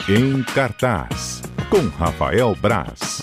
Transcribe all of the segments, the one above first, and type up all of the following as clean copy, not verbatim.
Em Cartaz, com Rafael Braz.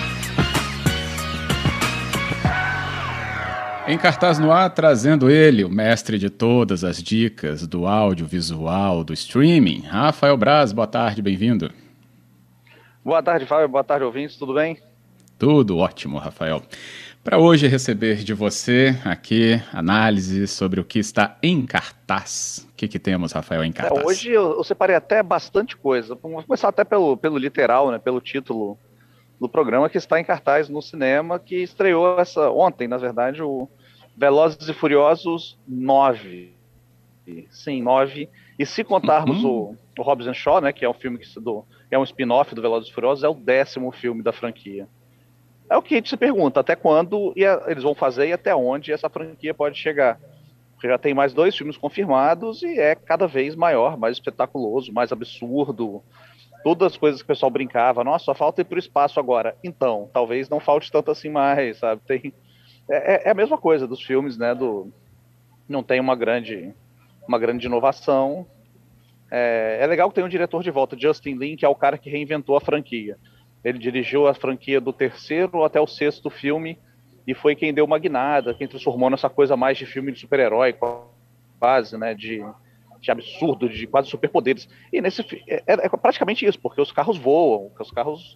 Em Cartaz no ar, trazendo ele, o mestre de todas as dicas do audiovisual, do streaming. Rafael Braz, boa tarde, bem-vindo. Boa tarde, Fábio. Boa tarde, ouvintes. Tudo bem? Tudo ótimo, Rafael. Para hoje receber de você aqui análise sobre o que está em cartaz. O que temos, Rafael, em cartaz? Hoje eu separei até bastante coisa. Vamos começar até pelo literal, né, pelo título do programa que está em cartaz no cinema, que estreou ontem, na verdade, o Velozes e Furiosos 9. Sim, 9. E se contarmos o Hobbs and Shaw, né, que é um filme que é um spin-off do Velozes e Furiosos, é o 10º filme da franquia. É o que a gente se pergunta, até quando eles vão fazer e até onde essa franquia pode chegar. Porque já tem mais 2 filmes confirmados e é cada vez maior, mais espetaculoso, mais absurdo. Todas as coisas que o pessoal brincava, nossa, só falta ir para o espaço agora. Então, talvez não falte tanto assim mais, sabe? É a mesma coisa dos filmes, né? Não tem uma grande inovação. É legal que tem um diretor de volta, Justin Lin, que é o cara que reinventou a franquia. Ele dirigiu a franquia do 3º até o 6º filme e foi quem deu uma guinada, quem transformou nessa coisa mais de filme de super-herói, quase, né? De absurdo, de quase superpoderes. E nesse é praticamente isso, porque os carros voam, os carros.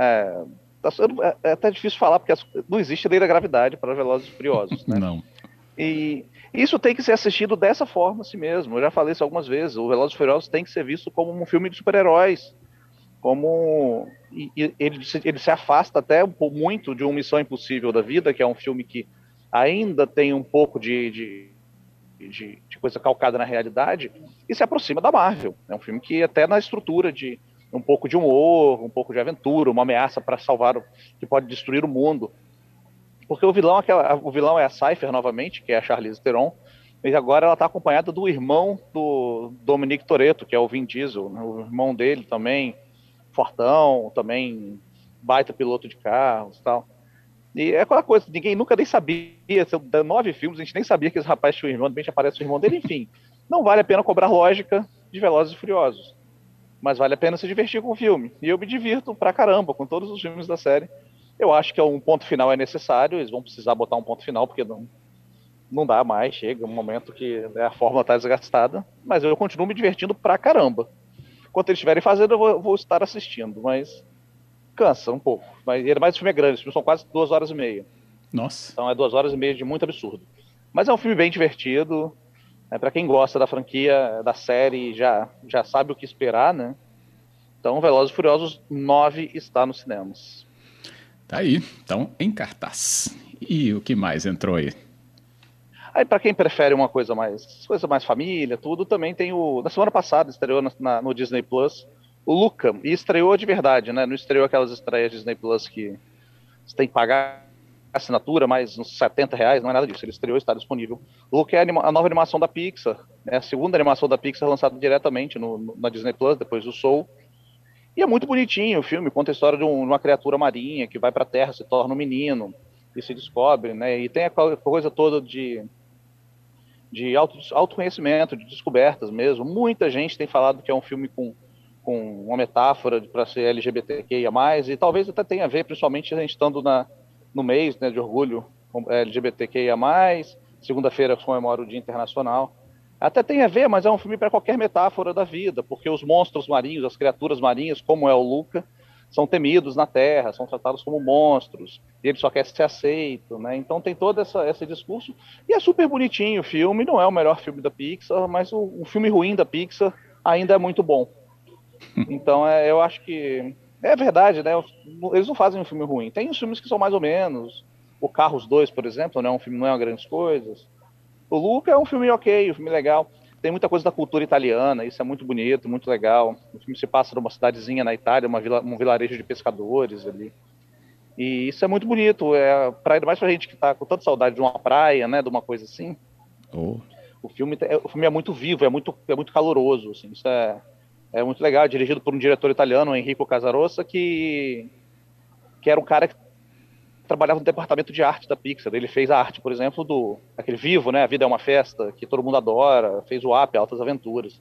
É até difícil falar, porque não existe lei da gravidade para Velozes e Furiosos, né? Não. E isso tem que ser assistido dessa forma assim mesmo. Eu já falei isso algumas vezes. O Velozes e Furiosos tem que ser visto como um filme de super-heróis. Ele se afasta até muito de uma Missão Impossível da vida, que é um filme que ainda tem um pouco de coisa calcada na realidade, e se aproxima da Marvel. É um filme que até na estrutura de um pouco de humor, um pouco de aventura, uma ameaça para salvar, que pode destruir o mundo. Porque o vilão é a Cypher novamente, que é a Charlize Theron, e agora ela está acompanhada do irmão do Dominic Toretto, que é o Vin Diesel, né? O irmão dele também, fortão, também baita piloto de carros e tal. E é aquela coisa, ninguém nunca nem sabia, 9 filmes, a gente nem sabia que esse rapaz tinha um irmão, de repente aparece o irmão dele, enfim. Não vale a pena cobrar lógica de Velozes e Furiosos, mas vale a pena se divertir com o filme. E eu me divirto pra caramba com todos os filmes da série. Eu acho que um ponto final é necessário, eles vão precisar botar um ponto final, porque não dá mais, chega um momento que a fórmula tá desgastada, mas eu continuo me divertindo pra caramba. Enquanto eles estiverem fazendo, eu vou estar assistindo, mas cansa um pouco. Mas o filme é grande, os filmes são quase 2 horas e meia. Nossa. Então é 2 horas e meia de muito absurdo. Mas é um filme bem divertido. Para quem gosta da franquia, da série, já sabe o que esperar, né? Então, Velozes e Furiosos 9 está nos cinemas. Tá aí, então em cartaz. E o que mais entrou aí? Aí, para quem prefere uma coisa mais família, tudo, também tem na semana passada estreou no Disney Plus o Luca, e estreou de verdade, né? Não estreou aquelas estreias Disney Plus que você tem que pagar a assinatura, mais uns R$70, não é nada disso. Ele estreou, está disponível. O Luca é a nova animação da Pixar, né? A segunda animação da Pixar lançada diretamente na Disney Plus, depois do Soul. E é muito bonitinho o filme, conta a história de uma criatura marinha que vai para a Terra, se torna um menino e se descobre, né? E tem aquela coisa toda de autoconhecimento, de descobertas mesmo. Muita gente tem falado que é um filme com uma metáfora para ser LGBTQIA+, e talvez até tenha a ver, principalmente a gente estando no mês, né, de orgulho LGBTQIA+, segunda-feira comemora o Dia Internacional. Até tem a ver, mas é um filme para qualquer metáfora da vida, porque os monstros marinhos, as criaturas marinhas, como é o Luca, são temidos na Terra, são tratados como monstros, e ele só quer ser aceito, né? Então tem todo esse discurso, e é super bonitinho o filme, não é o melhor filme da Pixar, mas o filme ruim da Pixar ainda é muito bom. Então eu acho que é verdade, né? Eles não fazem um filme ruim. Tem os filmes que são mais ou menos. O Carros 2, por exemplo, não é um filme, não é uma grandes coisas. O Luca é um filme ok, um filme legal. Tem muita coisa da cultura italiana, isso é muito bonito, muito legal. O filme se passa numa cidadezinha na Itália, um vilarejo de pescadores ali. E isso é muito bonito. Ainda mais pra gente que tá com tanta saudade de uma praia, né? De uma coisa assim. Oh. O filme é muito vivo, é muito caloroso. Assim, isso é muito legal, dirigido por um diretor italiano, Enrico Casarossa, que era um cara que trabalhava no departamento de arte da Pixar. Ele fez a arte, por exemplo, aquele Vivo, né? A Vida é uma Festa, que todo mundo adora. Fez o Up, Altas Aventuras.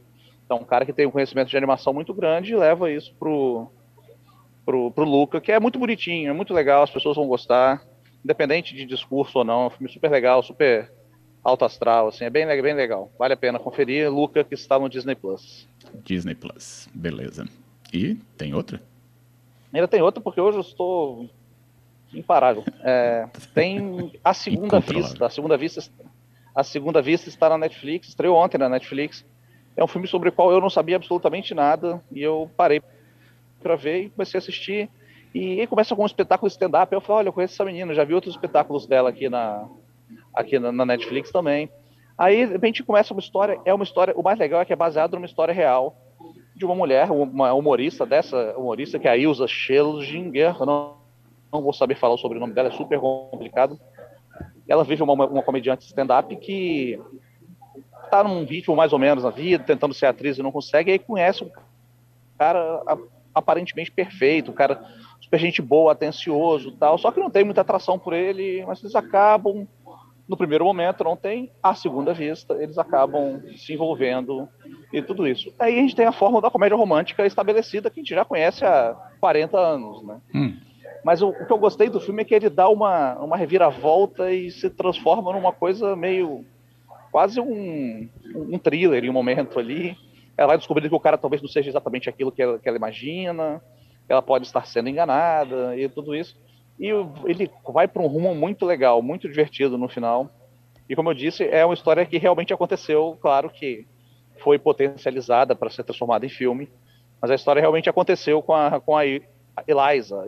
Então, um cara que tem um conhecimento de animação muito grande leva isso pro Luca, que é muito bonitinho, é muito legal, as pessoas vão gostar, independente de discurso ou não. É um filme super legal, super alto astral, assim, é bem legal. Vale a pena conferir. Luca, que está no Disney Plus. Disney Plus, beleza. E tem outra? Ainda tem outra, porque hoje eu estou imparável. Tem A Segunda Vista. A Segunda Vista está na Netflix, estreou ontem na Netflix. É um filme sobre o qual eu não sabia absolutamente nada, e eu parei para ver e comecei a assistir. E aí começa com um espetáculo stand-up. Eu falei, olha, eu conheço essa menina, já vi outros espetáculos dela aqui na Netflix também. Aí, de repente, começa uma história, o mais legal é que é baseado numa história real de uma mulher, uma humorista que é a Ilza Schlesinger, eu não vou saber falar o sobrenome dela, é super complicado. Ela vive uma comediante stand-up que tá num ritmo mais ou menos na vida, tentando ser atriz e não consegue, e aí conhece um cara aparentemente perfeito, um cara super gente boa, atencioso e tal, só que não tem muita atração por ele, mas eles acabam, no primeiro momento não tem, à segunda vista, eles acabam se envolvendo e tudo isso. Aí a gente tem a fórmula da comédia romântica estabelecida, que a gente já conhece há 40 anos, né? Mas o que eu gostei do filme é que ele dá uma reviravolta e se transforma numa coisa meio quase um thriller em um momento ali. Ela vai descobrindo que o cara talvez não seja exatamente aquilo que ela imagina, ela pode estar sendo enganada e tudo isso. E ele vai para um rumo muito legal, muito divertido no final. E como eu disse, é uma história que realmente aconteceu, claro que foi potencializada para ser transformada em filme, mas a história realmente aconteceu com a Elisa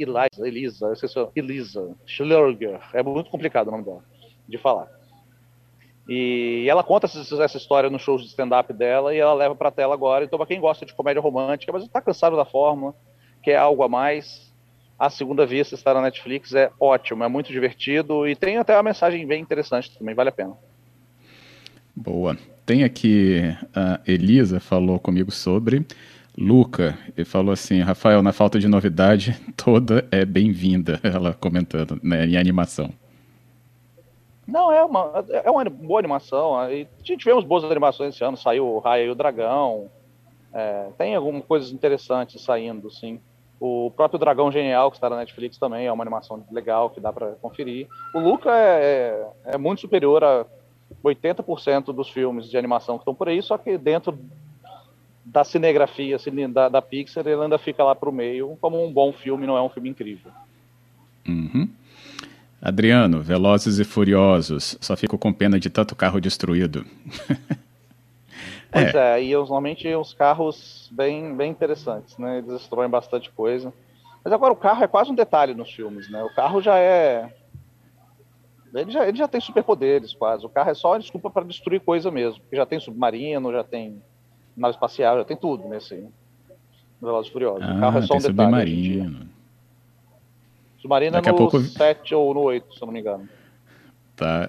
Schlesinger. É muito complicado o nome dela de falar. E ela conta essa história nos shows de stand-up dela e ela leva pra tela agora. Então, pra quem gosta de comédia romântica, mas tá cansado da fórmula, quer algo a mais, A Segunda Vista está na Netflix, é ótimo, é muito divertido e tem até uma mensagem bem interessante também, vale a pena. Boa. Tem aqui, a Elisa falou comigo sobre Luca e falou assim, Rafael, na falta de novidade, toda é bem-vinda, ela comentando, né, em animação. Não, é uma boa animação. E tivemos boas animações esse ano. Saiu o Raya e o Dragão. Tem algumas coisas interessantes saindo, sim. O próprio Dragão Genial, que está na Netflix também, é uma animação legal que dá para conferir. O Luca é muito superior a 80% dos filmes de animação que estão por aí, só que dentro da cinegrafia assim, da Pixar, ele ainda fica lá pro meio, como um bom filme, não é um filme incrível. Uhum. Adriano, Velozes e Furiosos, só fico com pena de tanto carro destruído. Pois e normalmente os carros bem interessantes, né? Eles destroem bastante coisa. Mas agora o carro é quase um detalhe nos filmes, né? O carro já é... Ele já tem superpoderes quase. O carro é só a desculpa para destruir coisa mesmo. Porque já tem submarino, já tem nave espacial, já tem tudo nesse Velozes e Furiosos. O carro é só um detalhe. Submarino. Submarino Daqui é no a pouco... 7 ou no 8, se eu não me engano. Tá,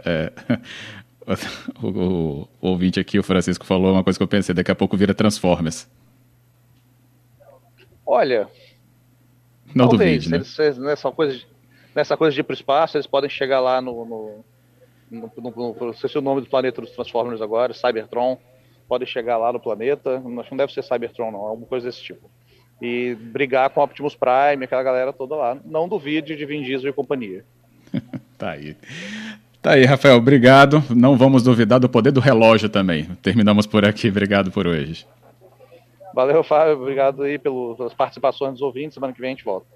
o ouvinte aqui, o Francisco, falou uma coisa que eu pensei, daqui a pouco vira Transformers. Olha, não talvez, duvide, né? Nessa coisa de ir para o espaço, eles podem chegar lá não sei se é o nome do planeta dos Transformers agora, Cybertron, podem chegar lá no planeta, acho que não deve ser Cybertron não, é alguma coisa desse tipo. E brigar com Optimus Prime, aquela galera toda lá. Não duvide de Vin Diesel e companhia. Tá aí, Rafael, obrigado. Não vamos duvidar do poder do relógio também. Terminamos por aqui, obrigado por hoje. Valeu, Fábio, obrigado aí pelas participações dos ouvintes. Semana que vem a gente volta.